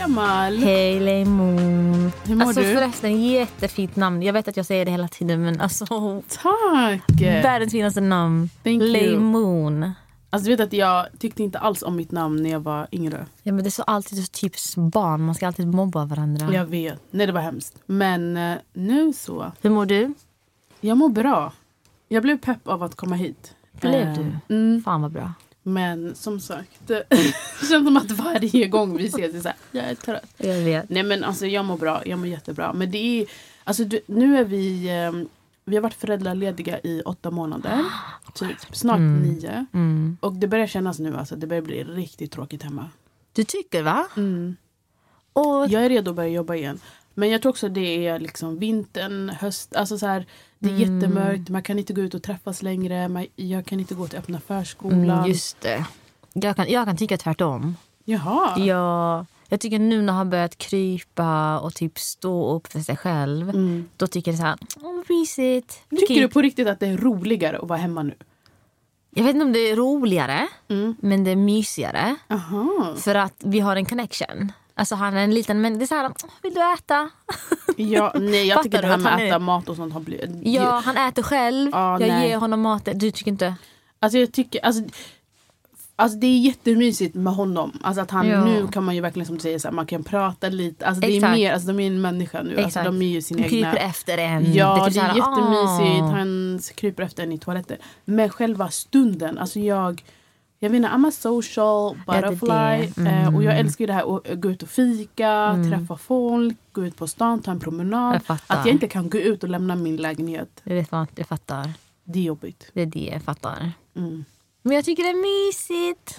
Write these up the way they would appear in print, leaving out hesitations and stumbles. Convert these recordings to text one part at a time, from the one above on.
Amal. Hej Lemon. Hur mår alltså du? förresten, jättefint namn. Jag vet att jag säger det hela tiden, men alltså Tack. världens finaste namn. Thank you. Lemon. Alltså du vet att jag tyckte inte alls om mitt namn när jag var yngre. Ja, men det är så alltid så typiskt barn. Man ska alltid mobba varandra. Jag vet. Nej, det var hemskt. Men nu så. Hur mår du? Jag mår bra. Jag blev pepp av att komma hit. Blev du? Mm. Fan vad bra. Men som sagt, det känns som att varje gång vi ses är så här, jag är trött. Jag vet. Nej men alltså jag mår bra, jag mår jättebra. Men det är, alltså nu är vi har varit föräldralediga i 8 månader. Typ snart 9. Mm. Och det börjar kännas nu, alltså det börjar bli riktigt tråkigt hemma. Du tycker va? Mm. Och Jag är redo att börja jobba igen. Men jag tror också det är liksom vintern, höst, alltså så här, det är jättemörkt, man kan inte gå ut och träffas längre, jag kan inte gå till öppna förskolan. just det. Jag kan tycka tvärtom. Jaha. Jag tycker nu när han börjat krypa och typ stå upp för sig själv, då tycker jag det är så här, mysigt. Tycker du på riktigt att det är roligare att vara hemma nu? Jag vet inte om det är roligare, men det är mysigare. Aha. För att vi har en connection. Alltså han är en liten, men det är så här, vill du äta? Ja, nej, jag tycker det här Fattar du med att att äta mat och sånt har blivit... Ja, han äter själv. Ja, jag nej. ger honom mat. Du tycker inte? Alltså jag tycker, alltså det är jättemysigt med honom. Alltså att han, nu kan man ju verkligen som du säger så här, man kan prata lite. Alltså det är Exakt. mer, alltså de är en människa nu. Alltså de är ju sin Han egna... kryper efter en. Ja, typ det är så här, jättemysigt. Han kryper efter en i toaletten. Men själva stunden, alltså jag vet inte, I'm a social butterfly. Och jag älskar ju det här att gå ut och fika, träffa folk, gå ut på stan, ta en promenad. Jag fattar. Att jag inte kan gå ut och lämna min lägenhet. Jag fattar. Det är jobbigt. Det är det jag fattar. Mm. Men jag tycker det är mysigt.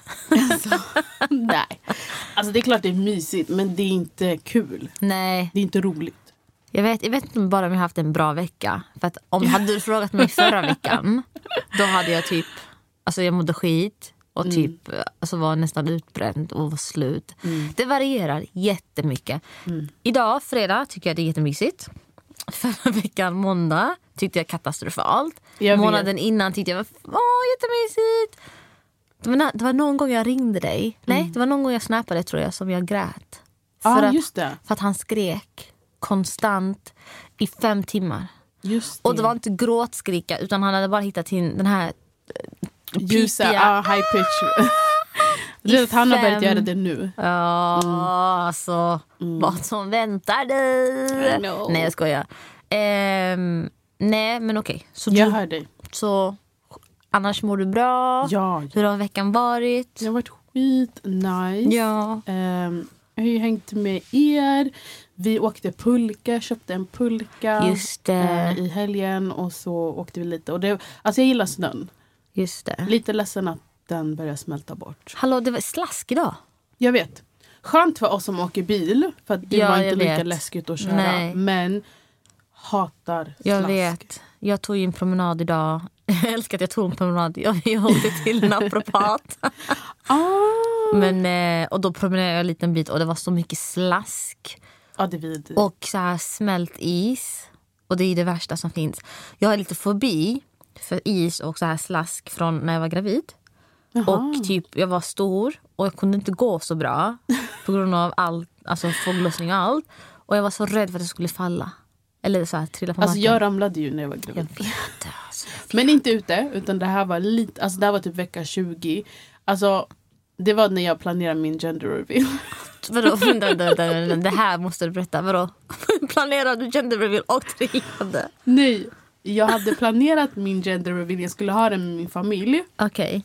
Nej. Alltså det är klart det är mysigt, men det är inte kul. Nej. Det är inte roligt. Jag vet inte bara om jag haft en bra vecka. För att om hade du frågat mig förra veckan, då hade jag typ, alltså jag mådde skit. Och typ alltså var nästan utbränd och var slut. Det varierar jättemycket. Idag, fredag, tycker jag det är jättemysigt. Förra veckan, måndag, tyckte jag katastrofalt. Månaden innan tyckte jag jättemysigt. Det var någon gång jag ringde dig. Nej, det var någon gång jag snappade, tror jag, som jag grät. Just det. För att han skrek konstant i 5 timmar. Just det. Och det var inte gråtskrika, utan han hade bara hittat till den här ljusa, high pitch. Du vet, han har börjat göra det nu. Ja, alltså vad som väntar dig. Nej, jag skojar. Nej, men okej. Så jag hör dig. Så annars mår du bra? Ja. Hur har veckan varit? Det har varit skit nice. Ja. Jag har ju hängt med er. Vi åkte pulka, köpte en pulka. Just det. I helgen, och så åkte vi lite. Och det, alltså jag gillar snön. Just det. Lite ledsen att den börjar smälta bort. Hallå, det var slask idag. Jag vet. Skönt för oss som åker bil. För att det var inte lika läskigt att köra. Nej. Men hatar slask. Jag vet. Jag tog ju en promenad idag. Jag älskar att jag tog en promenad. Jag åkte till en naprapat. Men, och då promenerade jag en liten bit. Och det var så mycket slask. Ja, det är vidrigt. Och så här smält is. Och det är det värsta som finns. Jag har lite fobi för is och så här slask från när jag var gravid. Jaha. Och typ jag var stor och jag kunde inte gå så bra på grund av allt, alltså foglossning och allt. Och jag var så rädd för att jag skulle falla. Eller så här trilla på marken. Alltså jag ramlade ju när jag var gravid. Jag vet, alltså, Men inte ute, utan det här var lite, alltså det här var typ vecka 20. Alltså det var när jag planerade min gender reveal. Vadå? Det här måste du berätta. Vadå? Planerade du gender reveal och trillade? Nej, jag hade planerat min gender reveal. Jag skulle ha den med min familj. Okej.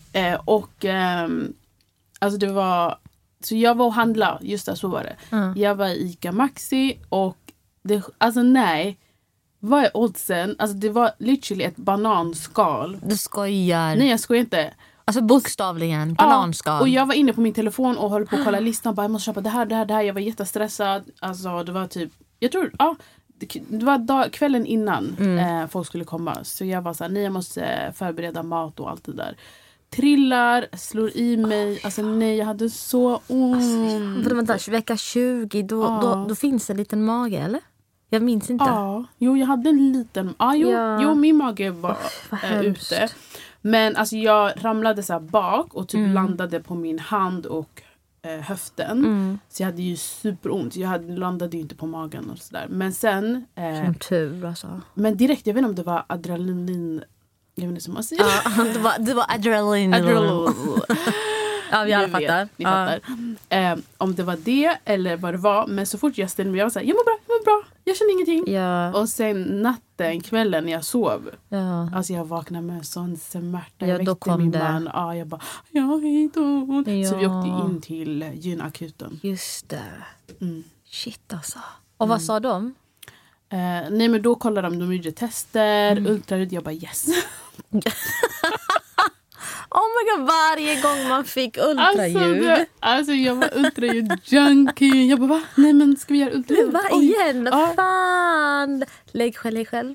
Alltså det var, så jag var och handla, just det, så var det. Jag var i Ica Maxi och det, alltså nej, vad är oddsen? Alltså det var literally ett bananskal. Du skojar. Nej, jag skojar inte. Alltså bokstavligen, bananskal. Ja, och jag var inne på min telefon och höll på att kolla listan. Bara, jag måste köpa det här. Jag var jättestressad. Alltså det var typ, jag tror, det var kvällen innan folk skulle komma. Så jag var så här, nej, jag måste förbereda mat och allt det där. Trillar, slår i mig. Alltså nej, jag hade så ont. Vänta, vecka 20, då finns en liten mage, eller? Jag minns inte. Ja, jo, jag hade en liten... Jo, min mage var ute. Men alltså jag ramlade så här bak och typ landade på min hand och höften. Så jag hade ju superont. Jag landade ju inte på magen och sådär. Men sen... Som tur alltså. Men direkt, jag vet inte om det var adrenalin... Jag vet inte som man säger. Ja, det var adrenalin. Ja, vi alla fattar. Ni fattar. Om det var det eller vad det var. Men så fort jag ställde mig, jag var såhär, jag mår bra. Jag känner ingenting. Ja. Och sen kvällen när jag sov. Ja. Alltså jag vaknade med sån smärta. Ja, då kom min det. man. Ja, jag bara, hej då. Ja. Så vi åkte in till gynakuten. Just det. Shit alltså. Och vad sa de? Nej, men då kollade de gjorde tester, ultraljud. Jag bara, yes. Oh my god, varje gång man fick ultraljud. Alltså jag var ultraljud-junkie. Jag bara, va? Nej men ska vi göra ultraljud? Va, igen? Fan! Lägg själv.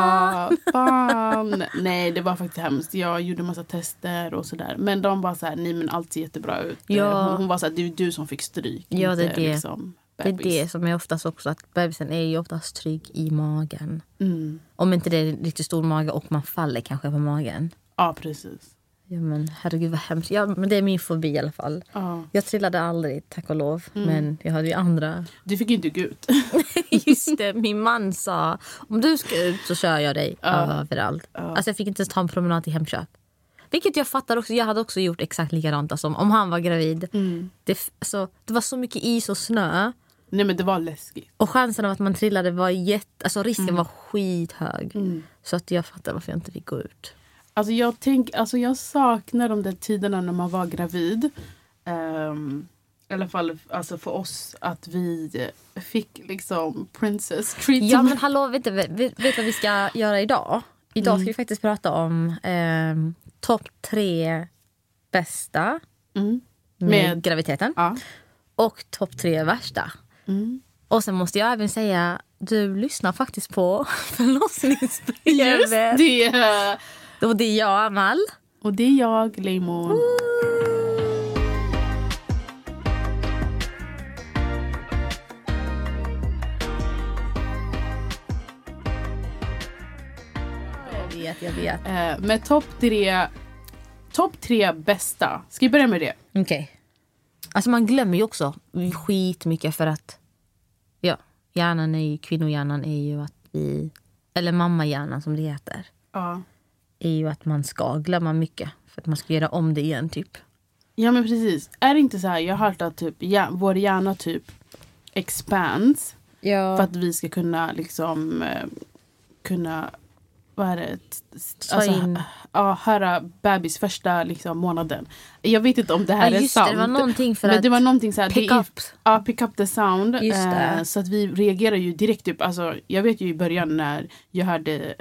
Fan. Nej, det var faktiskt hemskt. Jag gjorde massa tester och sådär. Men de bara såhär, nej men allt ser jättebra ut. Ja. Hon var såhär, det är du som fick stryk. Ja, det är det. Liksom, det är det som är oftast också, att bebisen är ju oftast trygg i magen. Om inte det är lite stor mage och man faller kanske på magen. Ja, precis. Ja, men herregud vad hemskt. Ja, men det är min fobi i alla fall. Jag trillade aldrig, tack och lov. Men jag hade ju andra. Du fick inte gå ut. Just det, min man sa, om du ska ut så kör jag dig överallt. Alltså jag fick inte ens ta en promenad till Hemköp. Vilket jag fattar också, jag hade också gjort exakt likadant. Alltså, om han var gravid. Det var så mycket is och snö. Nej men det var läskigt. Och chansen av att man trillade var alltså risken var skithög. Så att jag fattar varför jag inte fick gå ut. Alltså jag saknar de där tiderna när man var gravid. I alla fall alltså för oss att vi fick liksom princess treatment. Ja men hallå, vet vad vi ska göra idag? Idag ska vi faktiskt prata om topp 3 bästa med graviditeten. Ja. Och topp 3 värsta. Och sen måste jag även säga, du lyssnar faktiskt på förlossningsbrevet. Just det! Och det är jag, Amal. Och det är jag, Lemon. Jag vet. Med topp 3 bästa. Ska vi börja med det? Okej. Alltså man glömmer ju också skitmycket för att kvinnohjärnan är ju att eller mammahjärnan som det heter. Ja. Är ju att man ska glömma mycket för att man ska göra om det igen typ. Ja men precis. Är det inte så här, jag har hört att typ vår hjärna typ expands för att vi ska kunna liksom vad är det? Höra bebis första liksom månaden. Jag vet inte om det här är sant. Det var någonting för men att det var någonting så här, pick up the sound. Så att vi reagerar ju direkt typ, alltså jag vet ju i början när jag hörde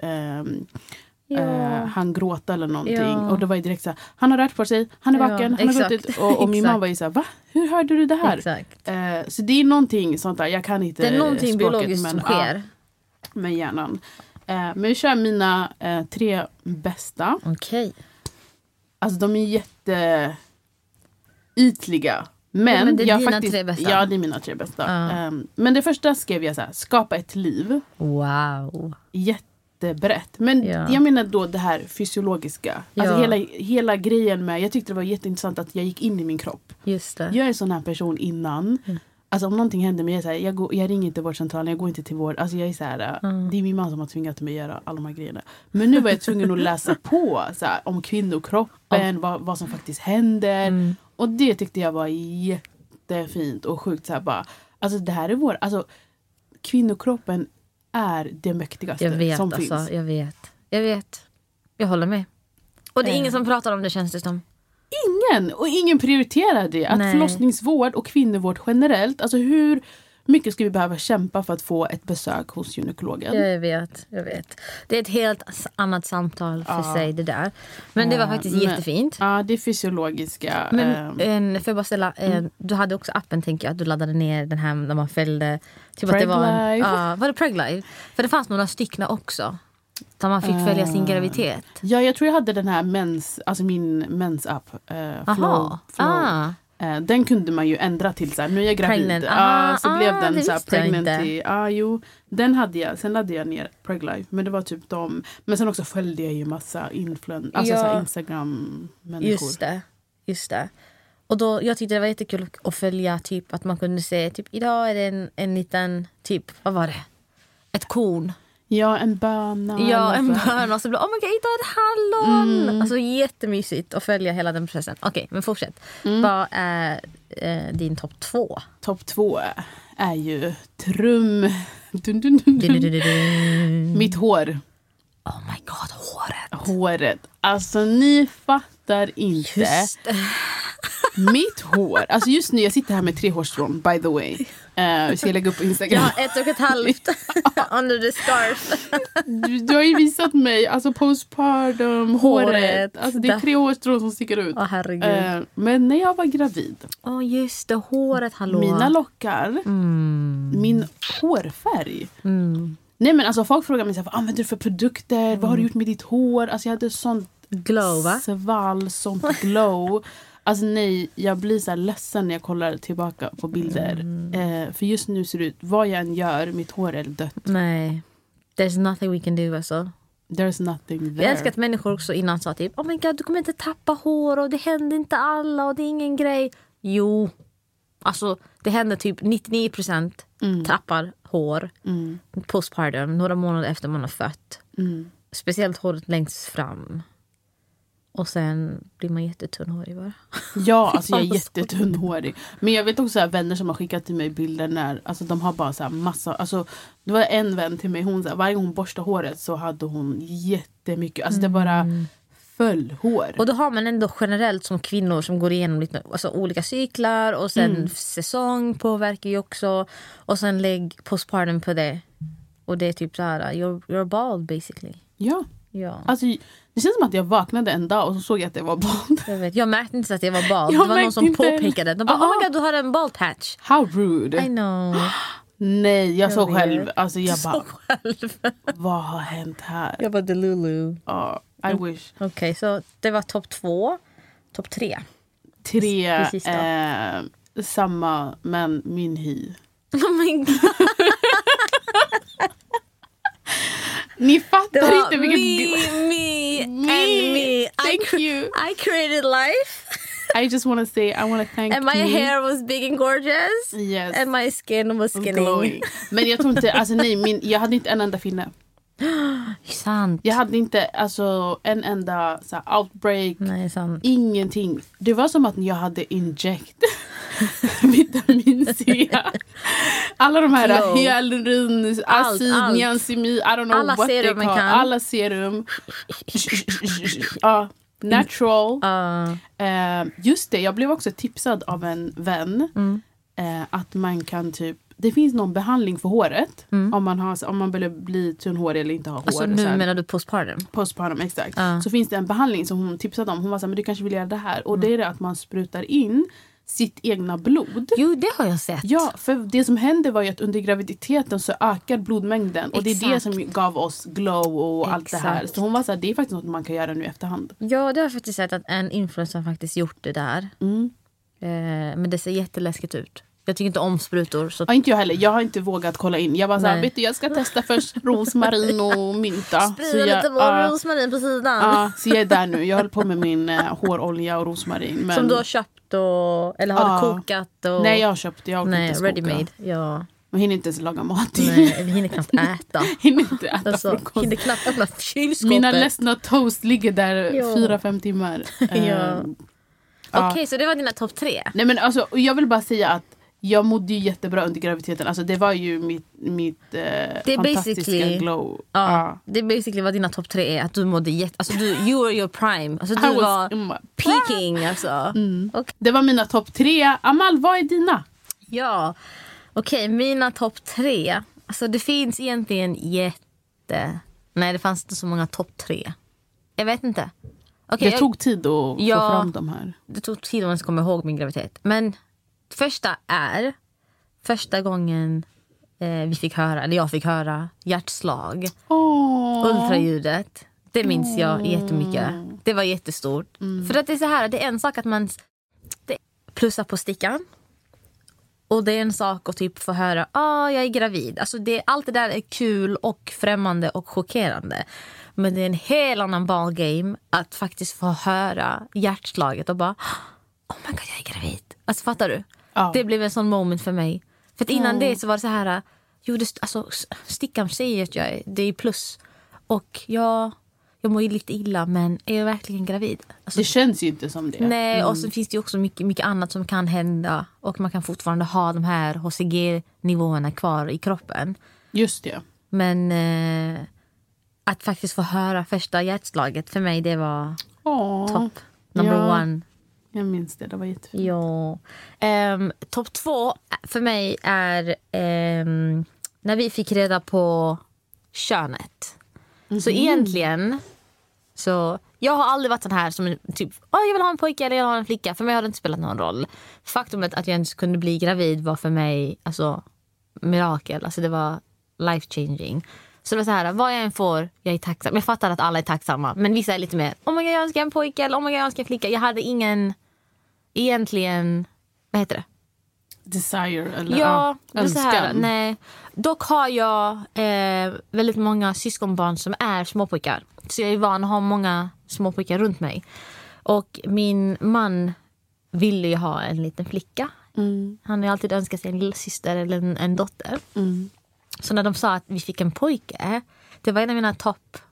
han gråta eller någonting och det var ju direkt så här, han har rört på sig, han är vaken, han har gått ut och min mamma var ju så här, va? Hur hörde du det här? Så det är någonting sånt där, jag kan inte det är någonting språket, biologiskt som sker med hjärnan. Men vi kör mina 3 bästa. Okej. Alltså de är jätteytliga. Men det är dina 3 bästa. Ja, det är mina 3 bästa. Men det första skrev jag så här, skapa ett liv. Wow. Jättebrett. Men jag menar då det här fysiologiska. Alltså hela grejen med, jag tyckte det var jätteintressant att jag gick in i min kropp. Just det. Jag är en sån här person innan. Alltså om någonting händer mig, jag ringer inte vårdcentralen, jag går inte till vård. Alltså jag är så här, det är min man som har tvingat mig att göra alla de här grejerna. Men nu var jag tvungen att läsa på så här, om kvinnokroppen, vad som faktiskt händer. Och det tyckte jag var jättefint och sjukt så här bara. Alltså det här är alltså kvinnokroppen är det mäktigaste som finns. Jag vet. Jag håller med. Och det är ingen som pratar om det, känns det som. Ingen prioriterar det. Att förlossningsvård och kvinnovård generellt, alltså hur mycket ska vi behöva kämpa för att få ett besök hos gynekologen? Jag vet. Det är ett helt annat samtal för sig det där. Men det var faktiskt jättefint. Ja, det är fysiologiska. Men får jag bara ställa, du hade också appen, tänker jag, att du laddade ner den här när man följde typ Preg att det var Live. var det Preg Live? För det fanns några stycken också. Där man fick följa sin graviditet. Ja, jag tror jag hade den här min mensapp. Flow. Den kunde man ju ändra till så här, nu är jag gravid. Så blev den så här pregnancy. Den hade jag. Sen hade jag ner Preg Life. Men det var typ men sen också följde jag ju massa så här Instagram-människor. Just det. Och då, jag tyckte det var jättekul att följa typ att man kunde se typ idag är det en liten typ, vad var det? Ett korn. Ja, en böna. Ja, en böna. Och så blev oh my god, idag är det hallon. Alltså jättemysigt att följa hela den processen. Okej, men fortsätt. Vad är din topp 2? Topp 2 är ju trum. Dun, dun, dun, dun. Mitt hår. Oh my god, Håret. Alltså ni fattar inte. Just det. Mitt hår. Alltså just nu, jag sitter här med 3 hårstrån, by the way. Vi ska lägga upp på Instagram. Ja, 1,5 under the scarf. Du har ju visat mig, alltså postpartum, håret. Alltså det är 3 hårstrån som sticker ut. Herregud. Men när jag var gravid. Just det, håret, hallå. Mina lockar, min hårfärg. Nej men alltså folk frågar mig så här, vad använder du för produkter? Vad har du gjort med ditt hår? Alltså jag hade sånt glow, va? Svall, sånt glow. Alltså nej, jag blir så här ledsen när jag kollar tillbaka på bilder. För just nu ser det ut, vad jag än gör, mitt hår är dött. Nej, there's nothing we can do alltså. There's nothing there. Jag älskar att människor också innan sa typ, oh my god, du kommer inte tappa hår och det händer inte alla och det är ingen grej. Jo, alltså det händer typ 99% tappar hår postpartum, några månader efter man har fött. Speciellt håret längst fram. Och sen blir man jättetunnhårig bara. Ja, alltså jag är jättetunnhårig. Men jag vet också att vänner som har skickat till mig bilder när, alltså de har bara så här massa, alltså det var en vän till mig, hon så här, varje gång hon borstade håret så hade hon jättemycket, alltså det bara föll hår. Och då har man ändå generellt som kvinnor som går igenom lite, alltså olika cyklar och sen säsong påverkar ju också och sen lägg postpartum på det. Och det är typ så här, you're bald basically. Ja. Ja. Alltså det känns som att jag vaknade en dag och så såg jag att det var bald. Jag märkte inte att jag var bald. Det var någon som påpekade. De bara, oh my god, du har en bald patch. How rude. I know. Nej, jag såg själv. Alltså jag så bara, själv. Vad har hänt här? Jag bara, Delulu. Ja, I wish. Okej, så det var topp 2. Topp 3. 3, samma, men min hy. Oh my god. Ni fattar inte vilket... Me. Thank you. I created life. I just want to say, I want to thank And my hair was big and gorgeous. Yes. And my skin was skinny. Glowing. Men jag tror inte, alltså nej, jag hade inte en enda finne. Sant. Jag hade inte alltså en enda så här, outbreak. Nej, sant. Ingenting. Det var som att jag hade inject vitamin C. Alla de här hyalurin, acid, niacinamid, I don't know alla what they call. Alla serum. Natural. Just det, jag blev också tipsad av en vän att man kan typ, det finns någon behandling för håret om man vill bli tunnhårig eller inte ha hår. Alltså nu menar du postpartum? Postpartum, exakt. Så finns det en behandling som hon tipsade om. Hon var så här, men du kanske vill göra det här. Och det är det att man sprutar in sitt egna blod. Jo, det har jag sett. Ja, för det som hände var ju att under graviditeten så ökar blodmängden. Och det är det som gav oss glow och allt det här. Så hon var så här, det är faktiskt något man kan göra nu i efterhand. Ja, det har jag faktiskt sett att en influencer har faktiskt gjort det där. Men det ser jätteläskigt ut. Jag tycker inte om sprutor. Så... Ja, inte jag heller. Jag har inte vågat kolla in. Jag var så här, vet du, jag ska testa först rosmarin och mynta. Sprida lite rosmarin på sidan. Ja, så jag är där nu. Jag håller på med min hårolja och rosmarin. Men... Som du har köpt och... Eller har du kokat? Och... Nej, jag har köpt. Jag har inte ready made. Ja. Man hinner inte ens laga mat. Nej, vi hinner knappt äta. Hinner inte äta frukost. Hinner knappt öppna kylskåpet. Mina ledsna toast ligger där 4-5 timmar. Okej, så det var dina topp 3. Nej, men alltså, jag vill bara säga att jag mådde ju jättebra under graviditeten. Alltså det var ju mitt fantastiska glow. Det är basically vad dina topp 3 är. Att du mådde alltså you were your prime. Alltså du var peaking. Alltså. Okay. Det var mina topp 3. Amal, vad är dina? Ja, okej, mina topp 3. Alltså det finns egentligen Nej, det fanns inte så många topp 3. Jag vet inte. Okay, det tog tid att få fram de här. Det tog tid om man ska komma ihåg min graviditet. Men första gången jag fick höra hjärtslag. Ultraljudet. Det minns jag jättemycket. Det var jättestort. För att det är så här, det är en sak att man plussar på stickan. Och det är en sak att typ få höra, jag är gravid. Alltså allt det där är kul och främmande och chockerande. Men det är en helt annan ballgame att faktiskt få höra hjärtslaget och bara, oh my god, jag är gravid. Alltså fattar du? Ja. Det blev en sån moment för mig. För att innan det så var det så här, jo, alltså, stickan säger att det är plus. Och jag mår ju lite illa, men är jag verkligen gravid? Alltså, det känns ju inte som det. Nej, och så finns det ju också mycket annat som kan hända. Och man kan fortfarande ha de här HCG-nivåerna kvar i kroppen. Just det. Men att faktiskt få höra första hjärtslaget för mig, det var topp. Number one. Jag minns det var jättefint. Ja. Topp 2 för mig är när vi fick reda på könet. Så egentligen så jag har aldrig varit sån här som typ jag vill ha en pojke eller jag vill ha en flicka. För mig har det inte spelat någon roll. Faktumet att jag ens kunde bli gravid var för mig alltså mirakel. Alltså det var life changing. Så det var så här, vad jag än får, jag är tacksam. Jag fattar att alla är tacksamma, men vissa är lite mer oh my god, jag önskar en pojke eller oh my god, jag önskar en flicka. Jag hade ingen egentligen, vad heter det? Desire eller önskan. Här, nej. Dock har jag väldigt många syskonbarn som är småpojkar. Så jag är van att ha många småpojkar runt mig. Och min man ville ju ha en liten flicka. Han har ju alltid önskat sig en lilla syster eller en dotter. Så när de sa att vi fick en pojke, det var en av mina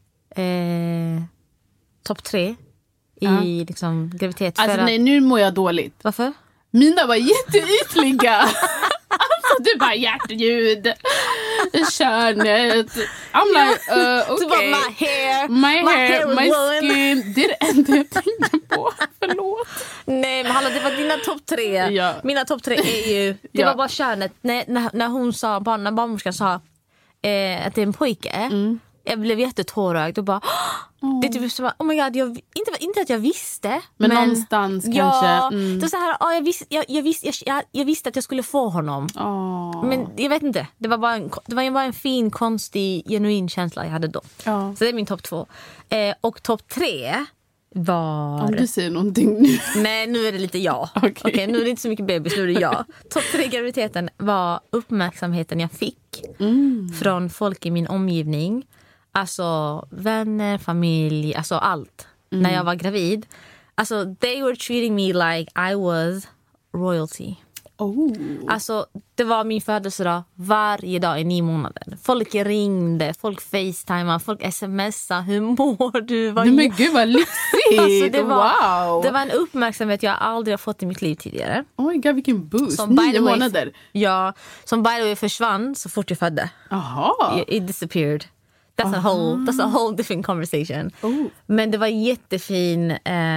topp 3 i liksom graviditet. Alltså nej, nu mår jag dåligt. Varför? Mina var jätteytliga. Alltså du bara hjärtljud, könet. I'm like, okay. My hair, my skin. Det är det enda jag tänkte på. Förlåt. Nej, men hallå, det var dina topp 3. Ja. Mina topp 3 är ju, det var bara könet. När hon sa, när barnmorskan sa att det är en pojke. Jag blev jättetårögd och bara det är typ så, oh my god, inte att jag visste, men någonstans kanske. Det var så här, jag visste att jag skulle få honom. Men jag vet inte, det var bara en fin, konstig, genuin känsla jag hade då. Så det är min topp 2. Och topp 3 var... Om du säger någonting nu. Nej, nu är det lite jag. Okej, nu är det inte så mycket bebis, nu är det jag. Topp 3 graviditeten var uppmärksamheten jag fick från folk i min omgivning. Alltså vänner, familj, alltså allt. När jag var gravid. Alltså they were treating me like I was royalty. Alltså det var min födelsedag varje dag i 9 månader. Folk ringde, folk facetimade, folk smsade. Hur mår du? Nej, men gud vad lyxigt. Alltså, det var en uppmärksamhet jag aldrig har fått i mitt liv tidigare. Oh my god, vilken boost. 9 månader. Ja, som by the way försvann så fort jag födde. Aha. It disappeared. That's a whole different conversation. Men det var jättefin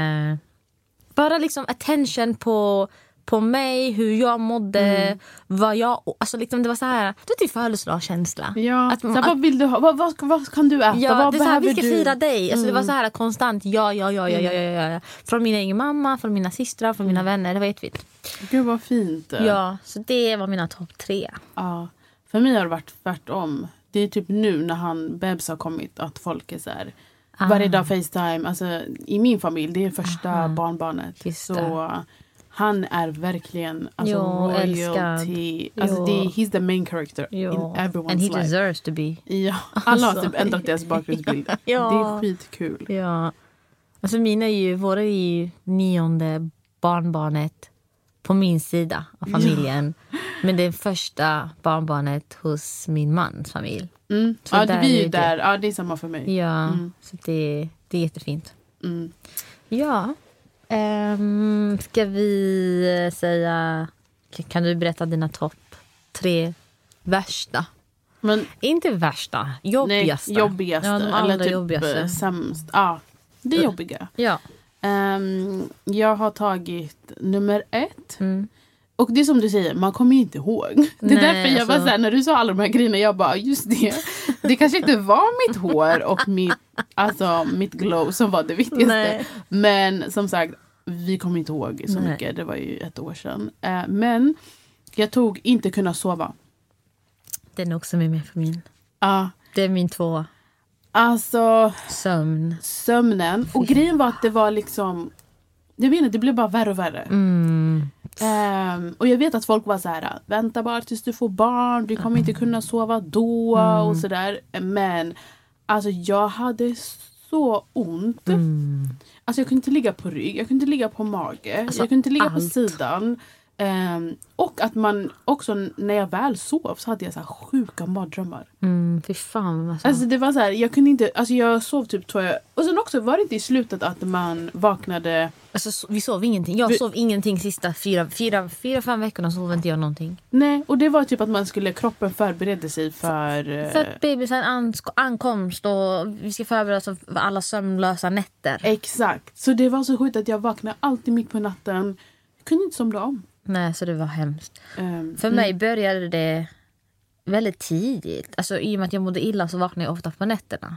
bara liksom attention på mig, hur jag mådde, vad jag, alltså liksom det var så här, det är typ födelsedagskänsla. Ja. Att, så vad vill du ha? Vad kan du äta? Ja, vad det är så här, vi ska du? fira dig. Alltså det var så här konstant ja. Från min egen mamma, från mina systrar, från mina vänner, det var jättefint. Gud vad fint. Ja, så det var mina topp 3. Ja. För mig har det varit tvärtom. Det är typ nu när bebis har kommit att folk är så här varje dag FaceTime. Alltså i min familj, det är första barnbarnet. Så han är verkligen alltså royalty. Alltså he's the main character in everyone's life. And he deserves to be. Ja, alla har typ ändrat deras bakgrundsbild. Det är skitkul. Ja. Alltså våra är ju 9:e barnbarnet på min sida av familjen. Men det är första barnbarnet hos min mans familj. Ja, vi är ju där. Ja, det är samma för mig. Ja, så det är jättefint. Ja. Ska vi säga... Kan du berätta dina topp 3 värsta? Men, inte värsta, jobbigaste. Nej, jobbigaste. Ja, de eller typ jobbigaste. Sämst. Ja, det är jobbiga. Ja. Jag har tagit nummer 1. Och det är som du säger, man kommer ju inte ihåg. Det är därför jag var såhär, när du sa alla de här grejerna, jag bara, just det. Det kanske inte var mitt hår och mitt glow som var det viktigaste. Nej. Men som sagt, vi kommer inte ihåg så mycket. Det var ju 1 år sedan. Men jag tog inte kunna sova. Den är också med för min. Ja. Det är min 2. Alltså sömnen. Och grejen var att det var liksom, jag vet inte, det blev bara värre och värre. Och jag vet att folk var så här: vänta bara tills du får barn, du kommer inte kunna sova då och sådär. Men alltså jag hade så ont. Alltså jag kunde inte ligga på rygg, jag kunde inte ligga på mage, Alltså, jag kunde inte ligga allt. på sidan. Och att man också, när jag väl sov så hade jag så här sjuka mardrömmar. Fy fan. Alltså det var så här, jag kunde inte, alltså jag sov typ tror jag. Och sen också var det inte i slutet att man vaknade. Alltså, vi sov ingenting. Jag sov ingenting sista 4-5 veckorna, sov inte jag någonting. Nej, och det var typ att man skulle, kroppen förberedde sig för att bebisen ankomst och vi ska förbereda oss för alla sömnlösa nätter. Exakt. Så det var så sjukt att jag vaknade alltid mitt på natten. Jag kunde inte somna om. Nej, så det var hemskt. För mig började det väldigt tidigt. Alltså i och med att jag mådde illa så vaknade jag ofta på nätterna.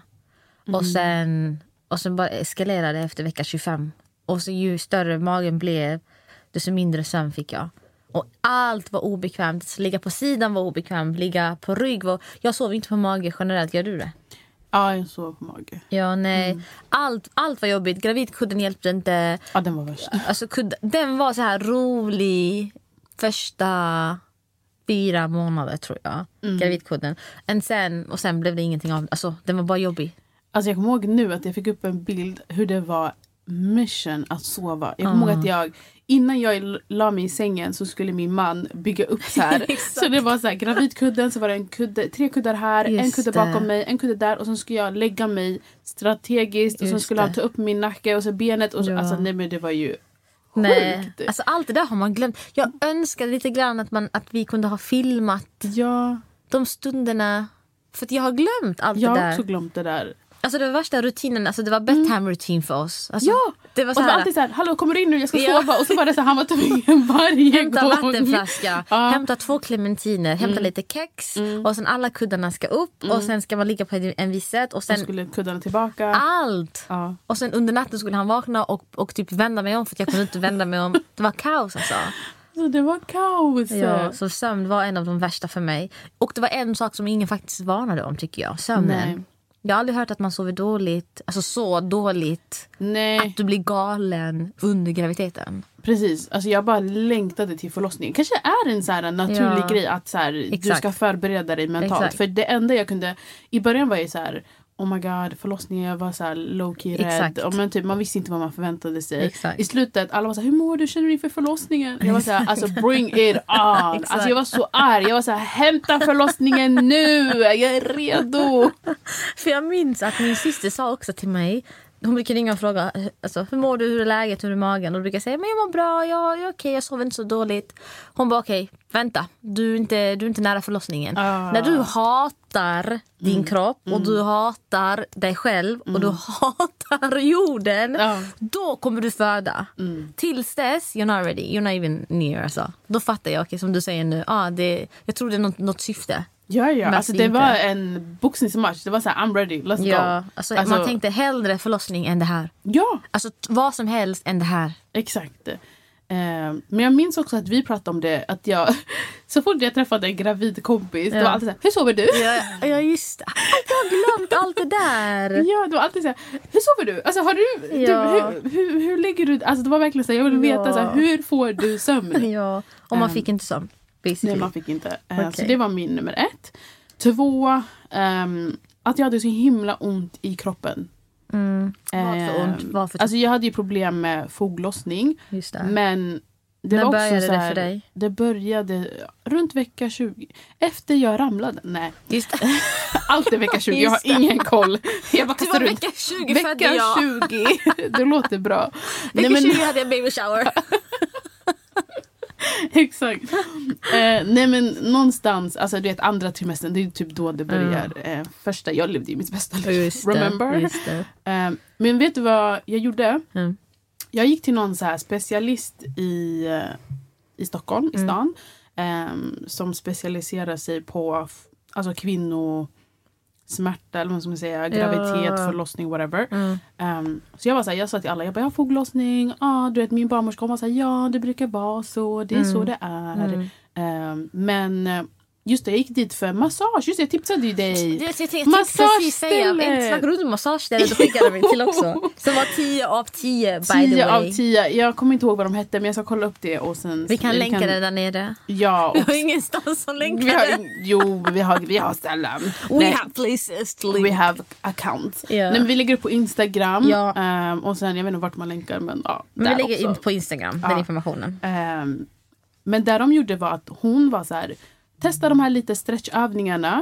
Och sen bara eskalerade det efter vecka 25. Och så ju större magen blev, desto mindre sömn fick jag. Och allt var obekvämt. Så ligga på sidan var obekvämt. Ligga på rygg var... Jag sov inte på mage generellt. Gör du det? Ja, jag sov på mage. Ja, nej. Allt var jobbigt. Gravidkudden hjälpte inte. Ja, den var värst. Alltså, den var så här rolig första 4 månader tror jag. Gravidkudden. Och sen blev det ingenting av. Alltså, den var bara jobbig. Alltså jag kommer ihåg nu att jag fick upp en bild hur det var mission att sova. Jag kommer ihåg att innan jag la mig i sängen så skulle min man bygga upp så här. Så det var så här, gravidkudden, så var det en kudde, 3 kuddar här, en kudde bakom mig, en kudde där, och sen skulle jag lägga mig strategiskt och sen skulle han ta upp min nacke och så benet och så, alltså nej men det var ju sjukt. Nej, alltså allt det där har man glömt. Jag önskar lite grann att vi kunde ha filmat de stunderna, för att jag har glömt allt det där. Jag har också glömt det där. Alltså det var värsta rutinen, alltså det var bedtime-rutin för oss. Alltså, det var så och så här, alltid så här, hallå kommer du in nu, jag ska sova. Och så var det så här, han var tvungen varje hämta gång. Vattenflaska, hämta 2 clementiner, hämta lite kex. Och sen alla kuddarna ska upp. Och sen ska man ligga på en viss sätt. Och sen skulle kuddarna tillbaka. Allt. Och sen under natten skulle han vakna och typ vända mig om, för att jag kunde inte vända mig om. Det var kaos alltså. Så det var kaos. Ja, så sömn var en av de värsta för mig. Och det var en sak som ingen faktiskt varnade om, tycker jag. Sömnen. Nej. Jag har aldrig hört att man sover dåligt. Alltså så dåligt. Nej. Att du blir galen under graviditeten. Precis. Alltså jag bara längtade till förlossningen. Kanske är en så här naturlig grej att så här, du ska förbereda dig mentalt. Exakt. För det enda jag kunde... I början var jag så här... Oh my god, förlossningen, jag var så här low-key rädd. Men typ, man visste inte vad man förväntade sig. Exakt. I slutet, alla var så här, hur mår du? Känner du inför förlossningen? Jag var så här, alltså bring it on. Alltså jag var så arg. Jag var så här, hämta förlossningen nu. Jag är redo. För jag minns att min syster sa också till mig, hon brukar ringa och fråga, alltså, hur mår du, hur är läget, hur är magen? Och då brukar jag säga, men jag mår bra, jag är okej, jag sover inte så dåligt. Hon bara, okej, vänta, du är inte nära förlossningen. När du hatar din kropp och du hatar dig själv och du hatar jorden, då kommer du föda. Tills dess, you're not ready, you're not even near. Alltså. Då fattar jag, okej, som du säger nu, jag tror det är något syfte. Ja. Alltså det var en boxningsmatch. Det var så här, I'm ready, let's go. Alltså, man tänkte hellre förlossning än det här. Ja. Alltså vad som helst än det här. Exakt. Men jag minns också att vi pratade om det. Att jag, så fort jag träffade en gravid kompis, det var alltid så här, hur sover du? Ja just det. Jag har glömt allt det där. Ja, det var alltid så här, hur sover du? Alltså har du, hur lägger du? Alltså det var verkligen så här, jag ville veta så här, hur får du sömn? Ja, och man fick inte sömn. Nej, man fick inte. Så det var min nummer 1. 2, att jag hade så himla ont i kroppen. Varför? Alltså jag hade ju problem med foglossning. Just det. Men det när var också började så här, det för dig? Det började runt vecka 20. Efter jag ramlade. Nej. Just det. Allt är vecka 20. Jag har ingen koll. Jag bara kastar runt. Vecka 20 födde jag. Vecka 20. Det låter bra. Vecka 20 hade jag baby shower. Exakt. Nej men någonstans, alltså du vet andra trimestern, det är typ då det börjar. Första, jag levde ju mitt bästa liv. Remember? Just det. Men vet du vad jag gjorde? Jag gick till någon så här specialist i Stockholm, i stan. Som specialiserar sig på alltså kvinnosmärta, eller vad ska man säga, graviditet, förlossning, whatever. Så jag var så här, jag sa till alla, jag har foglossning, du vet min barnmorska var så här, ja det brukar vara så, det är så det är. Men Just det, jag gick dit för massage. Just det, jag tipsade ju dig. Jag tänkte precis säga, en snack runt massagestället och skickade mig till också. Som var 10 av 10 by the way. 10 av 10. Jag kommer inte ihåg vad de hette, men jag ska kolla upp det och sen... Vi kan länka det där nere. Ja. Vi har ingenstans som länkar det. Jo, vi har ställen. We have places to link. We have accounts. Yeah. Nej, men vi lägger upp på Instagram. Ja. Och sen, jag vet inte vart man länkar, men ja. Men vi lägger in på Instagram, den informationen. Men där de gjorde var att hon var så här, testa de här lite stretchövningarna.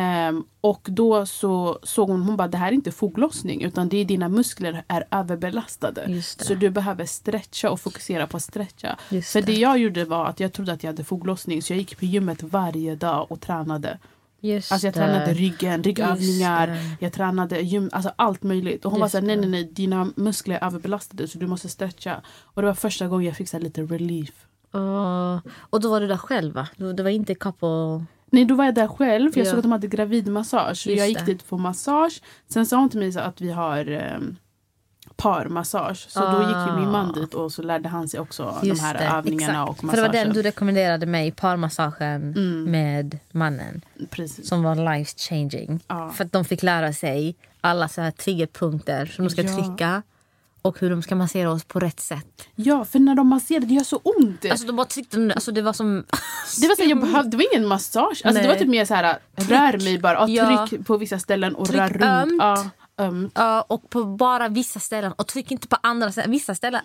Och då så såg hon bara, det här är inte foglossning, utan det är dina muskler är överbelastade. Så du behöver stretcha och fokusera på att stretcha. För det jag gjorde var att jag trodde att jag hade foglossning, så jag gick på gymmet varje dag och tränade. Alltså jag tränade ryggövningar, jag tränade gym, alltså allt möjligt. Och hon var så här, nej, dina muskler är överbelastade så du måste stretcha. Och det var första gången jag fick så här lite relief. Och då var du där själv, va? Det var inte couple... Nej, då var jag där själv. För jag såg att de hade gravidmassage. Jag gick dit på massage. Sen sa hon till mig så att vi har parmassage. Så då gick ju min man dit och så lärde han sig också de här övningarna exakt. Och massagen. För det var den du rekommenderade mig, parmassagen med mannen. Precis. Som var life changing. För att de fick lära sig alla så här triggerpunkter som de ska trycka. Och hur de ska massera oss på rätt sätt. Ja, för när de masserade, det gör så ont. Alltså de bara tryckte, alltså det var som... Det var så jag behövde, det var ingen massage. Alltså det var typ mer så här, rör mig bara. Tryck på vissa ställen och rör runt. Ömt. Och på bara vissa ställen. Och tryck inte på andra ställen. Vissa ställen.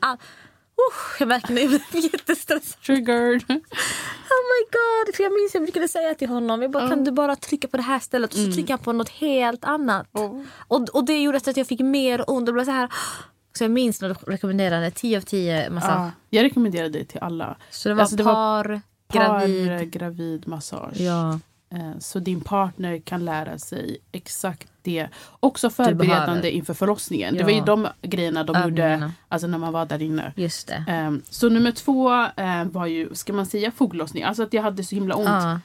Jag märker nu, jag blir jättestressad. Triggered. Oh my god. För jag minns jag brukade säga till honom, jag bara, kan du bara trycka på det här stället? Och så trycker han på något helt annat. Och det gjorde att jag fick mer ont. Det blev så här... Så jag minns när du rekommenderade 10 av 10 massage. Jag rekommenderade det till alla. Så det var alltså gravid massage. Ja. Så din partner kan lära sig exakt det. Också förberedande inför förlossningen. Det var ju de grejerna de gjorde alltså när man var där inne. Just det. Så nummer 2 var ju, ska man säga, foglossning. Alltså att jag hade så himla ont.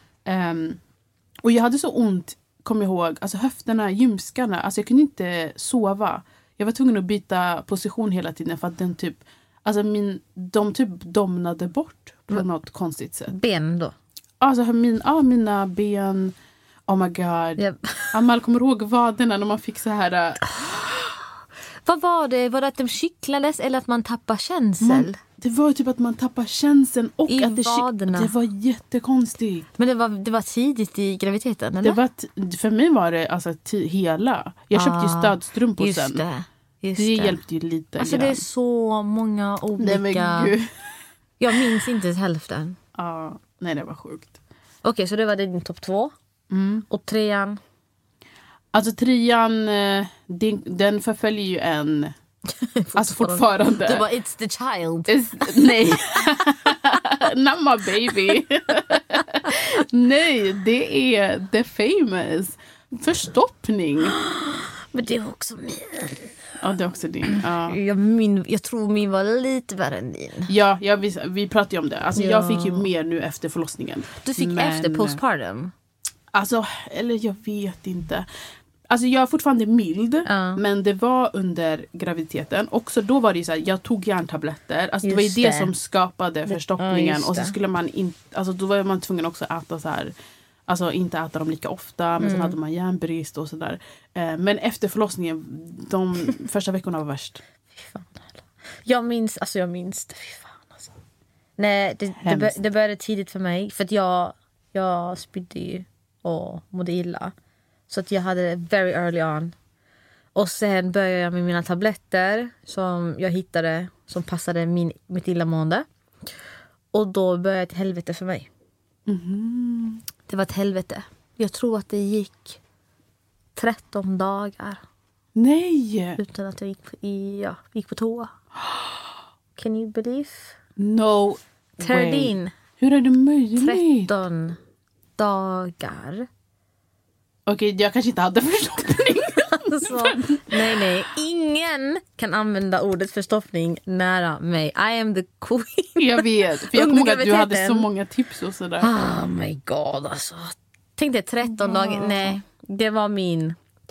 Och jag hade så ont, kom jag ihåg, alltså höfterna, ljumskarna. Alltså jag kunde inte sova. Jag var tvungen att byta position hela tiden för att den typ, alltså de typ domnade bort på något konstigt sätt. Ben då? Alltså mina ben, oh my god. Yep. Amal kommer ihåg vaderna när man fick så här. Vad var det? Var det att de kycklades eller att man tappar känsel? Det var typ att man tappar känseln och i att det var jättekonstigt. Men det var tidigt i graviditeten, eller? För mig var det alltså hela. Jag köpte ju stödstrumpor sen. Just det hjälpte ju lite. Alltså det är så många olika... Jag minns inte hälften. Nej, det var sjukt. Okej, så det var din topp 2. Och 3:an? Alltså 3:an, den förföljer ju en... Alltså fortfarande. Du bara, it's the child. Nej. Not my baby. Nej, det är the famous. Förstoppning. Men det är också min. Ja, det är också din. Jag tror min var lite värre än din. Ja, vi pratade ju om det. Alltså jag fick ju mer nu efter förlossningen. Du fick efter postpartum? Alltså, eller jag vet inte. Alltså jag är fortfarande mild, men det var under graviditeten. Också då var det ju så här, jag tog järntabletter. Alltså det var ju det som skapade förstoppningen. Och så skulle man alltså då var man tvungen också att äta så här, alltså inte äta dem lika ofta, men sen hade man järnbrist och sådär. Men efter förlossningen, de första veckorna var värst. Fy fan. Jag minns det, fy fan alltså. Nej, det började tidigt för mig. För att jag spydde ju och mådde illa. Så att jag hade det very early on. Och sen började jag med mina tabletter som jag hittade som passade mitt illamående. Och då började ett helvete för mig. Det var ett helvete. Jag tror att det gick 13 dagar. Nej! Utan att jag gick på toa. Can you believe? No 13. way. Hur är det möjligt? 13 dagar. Okej, jag kanske inte hade förstoppning. Alltså, nej. Ingen kan använda ordet förstoppning nära mig. I am the queen. Jag vet. För jag kommer ihåg att du hade så många tips och sådär. Oh my god, alltså. Tänk dig 13 dagar. Nej, det var min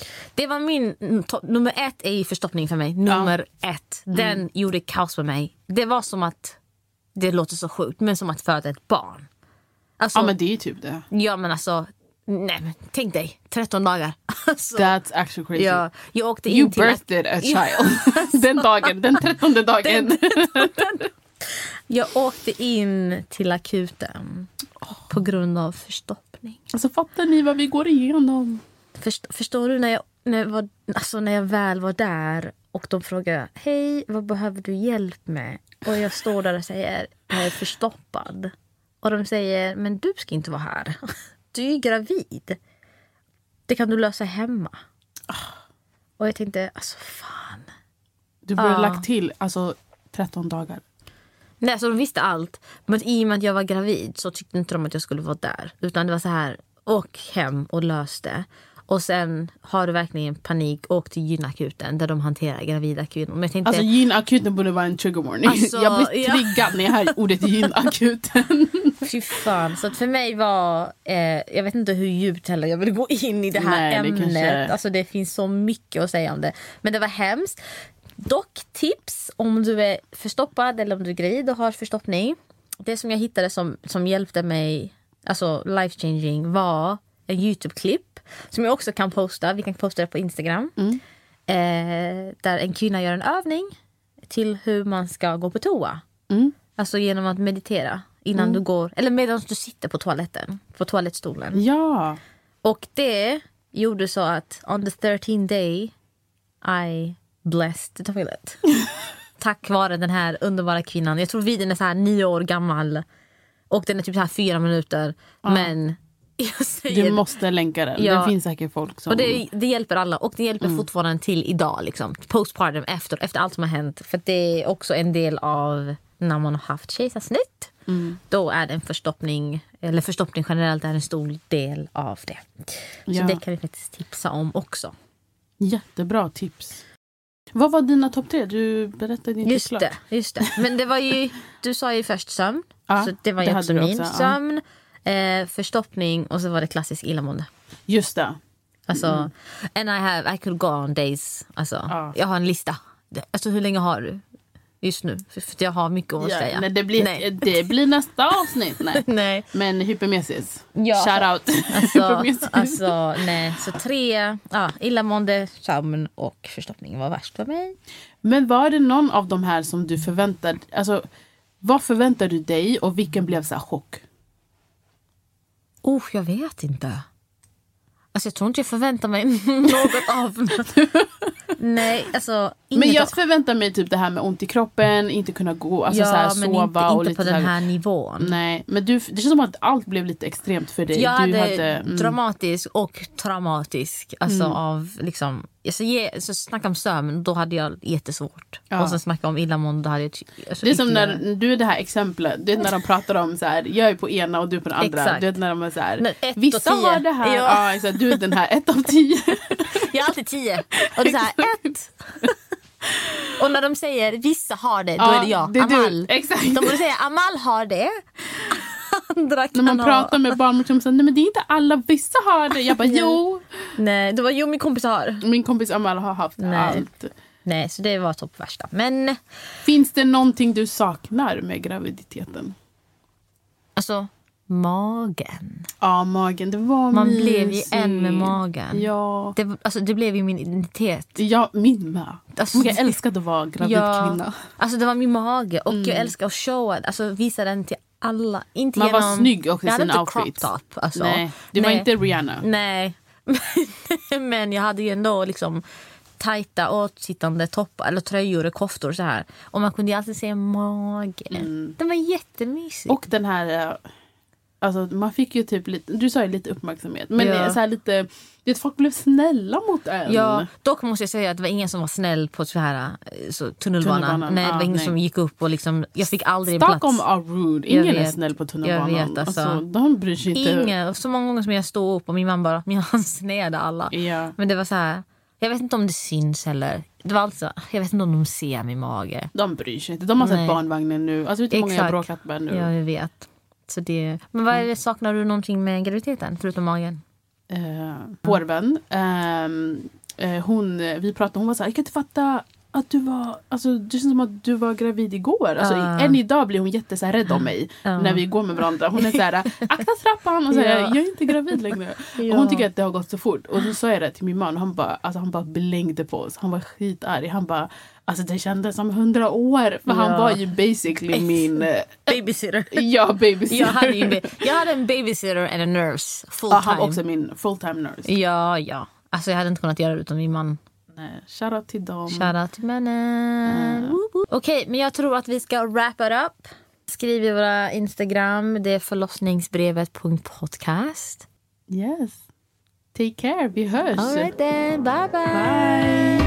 nummer 1 är ju förstoppning för mig. Nummer 1. Den gjorde kaos för mig. Det var som att, det låter så sjukt, men som att föda ett barn. Alltså, Ja, men det är ju typ det. ja, men alltså, nej, men tänk dig, 13 dagar. Alltså, That's actually crazy. ja, jag åkte in You till... birthed a child. Den dagen, den 13:e dagen. Jag åkte in till akuten på grund av förstoppning. Alltså fattar ni vad vi går igenom? Förstår du när jag väl var där och de frågade, hej, vad behöver du hjälp med? Och jag står där och säger, jag är förstoppad. Och de säger, men du ska inte vara här. Du är ju gravid. Det kan du lösa hemma. Och jag tänkte, alltså fan. Du borde lagt till 13 dagar. Nej, så de visste allt. Men i och med att jag var gravid så tyckte inte de att jag skulle vara där. Utan det var så här, åk hem och lös det. Och sen har du verkligen panik, åk till gynakuten där de hanterar gravida kvinnor. Men jag tänkte, Alltså gynakuten borde vara en trigger warning. Alltså, jag blir triggad när jag hör ordet gynakuten. fy fan. Så att för mig var, jag vet inte hur djupt heller jag vill gå in i det här ämnet. Kanske... Alltså det finns så mycket att säga om det. Men det var hemskt. Dock tips om du är förstoppad eller om du är gravid och har förstoppning. Det som jag hittade som hjälpte mig, alltså life changing, var en YouTube-klipp som jag också kan posta. Vi kan posta det på Instagram. Där en kvinna gör en övning till hur man ska gå på toa. Alltså genom att meditera innan du går, eller medan du sitter på toaletten, på toalettstolen. Ja. Och det gjorde så att on the 13th day I blessed the toilet. Tack vare den här underbara kvinnan. Jag tror videon är så här 9 år gammal. Och den är typ så här 4 minuter. Men jag säger, du måste länka den. Ja. Det finns säkert folk som... Och det hjälper alla. Och det hjälper fortfarande till idag. Liksom. Postpartum efter allt som har hänt. För det är också en del av när man har haft kejsarsnitt. Då är det en förstoppning. Eller förstoppning generellt är en stor del av det. Så det kan vi faktiskt tipsa om också. Jättebra tips. Vad var dina topp 3? Du berättade inte klart. Just det. Men det var ju, du sa ju först sömn. Ja, så det var ju också min. Också, sömn, förstoppning och så var det klassisk illamående. Just det. Alltså, and I could go on days. Alltså, jag har en lista. Alltså, hur länge har du just nu? För jag har mycket att säga. Nej, det blir nästa avsnitt. Nej. Men hypermesis. Ja. Shout out. Alltså, nej. Så 3, illamående, sömn och förstoppning var värst för mig. Men var det någon av de här som du förväntade... Alltså, vad förväntade du dig och vilken blev så här chock? Jag vet inte. Alltså jag tror inte jag förväntar mig något av något. Nej, alltså... Men jag förväntar mig typ det här med ont i kroppen, inte kunna gå, alltså så här, sova inte och lite på den här nivån. Nej, men det känns som att allt blev lite extremt för dig. Jag hade dramatisk och traumatisk, alltså av liksom... Så snacka om sömn, då hade jag jättesvårt. Och så snacka om illamående, då hade jag... Det är som när du är det här exemplet, det är när de pratar om så här, jag är på ena och du är på den andra. Exakt. Det är när de är så här, 1 vissa av 10. har det här, exakt, du är den här 1 av 10. Jag är alltid 10. Och det är så här, 1. Och när de säger vissa har det, då är det jag, det är Amal. Exakt. De borde säga Amal har det. Andra kan när man pratar med barn som säger, nej men det är inte alla, vissa har det. Jag bara, jo. Nej, det var min kompis har. Min kompis Amal har haft allt. Nej, så det var topp värsta. Men finns det någonting du saknar med graviditeten? alltså magen. Ja, magen, det var Man mysigt. blev ju en med magen. Ja. Det blev ju min identitet. Ja, min med. Alltså, jag älskade att vara gravid kvinna. Alltså det var min mage. Och jag älskar att showa, alltså visa den till alla. Inte man genom, var snygg också i sin outfit. Jag hade inte crop top. Alltså. Nej, det var inte Rihanna. Nej. Men jag hade ju ändå liksom tajta åtsittande toppar eller tröjor och koftor så här. Och man kunde ju alltid se magen. Den var jättemysig. Och den här... Alltså man fick ju typ lite... Du sa ju lite uppmärksamhet. Men så här lite... Det folk blev snälla mot en. Ja, dock måste jag säga att det var ingen som var snäll på så här tunnelbanan. Nej, det var ingen som gick upp och liksom... Jag fick aldrig plats. Stockholm are rude. Ingen är snäll på tunnelbanan. Jag vet, alltså. De bryr sig inte. Ingen. Så många gånger som jag stod upp och min mamma bara... Min hand snedde alla. Ja. Men det var så här... Jag vet inte om det syns heller. Det var alltså... Jag vet inte om de ser min mage. De bryr sig inte. De har sett barnvagnen nu. Alltså vet du hur många jag har bråkat med nu? Ja, jag vet. Så det... Men vad är det, saknar du någonting med graviditeten förutom magen? Vår vän vi pratade, hon var så här, jag kan inte fatta att du var, alltså det känns som att du var gravid igår. Alltså än idag blir hon jätte så här rädd om mig när vi går med varandra. Hon är så här, akta trappan och så här, jag är inte gravid längre. Och hon tycker att det har gått så fort. Och så sa jag det till min man, han bara blängde på oss. Han var skitarg. Han bara, alltså det kändes som 100 år. För han var ju basically min babysitter. Ja, babysitter. Jag hade en babysitter and a nurse full time. Han var också min full-time nurse. Ja. Alltså jag hade inte kunnat göra det utan min man. Nej, shoutout till dem. Shoutout till männen. Okej, men jag tror att vi ska wrap it up. Skriv i våra Instagram. Det är förlossningsbrevet.podcast. Yes. Take care, vi hörs. All right then, bye. Bye.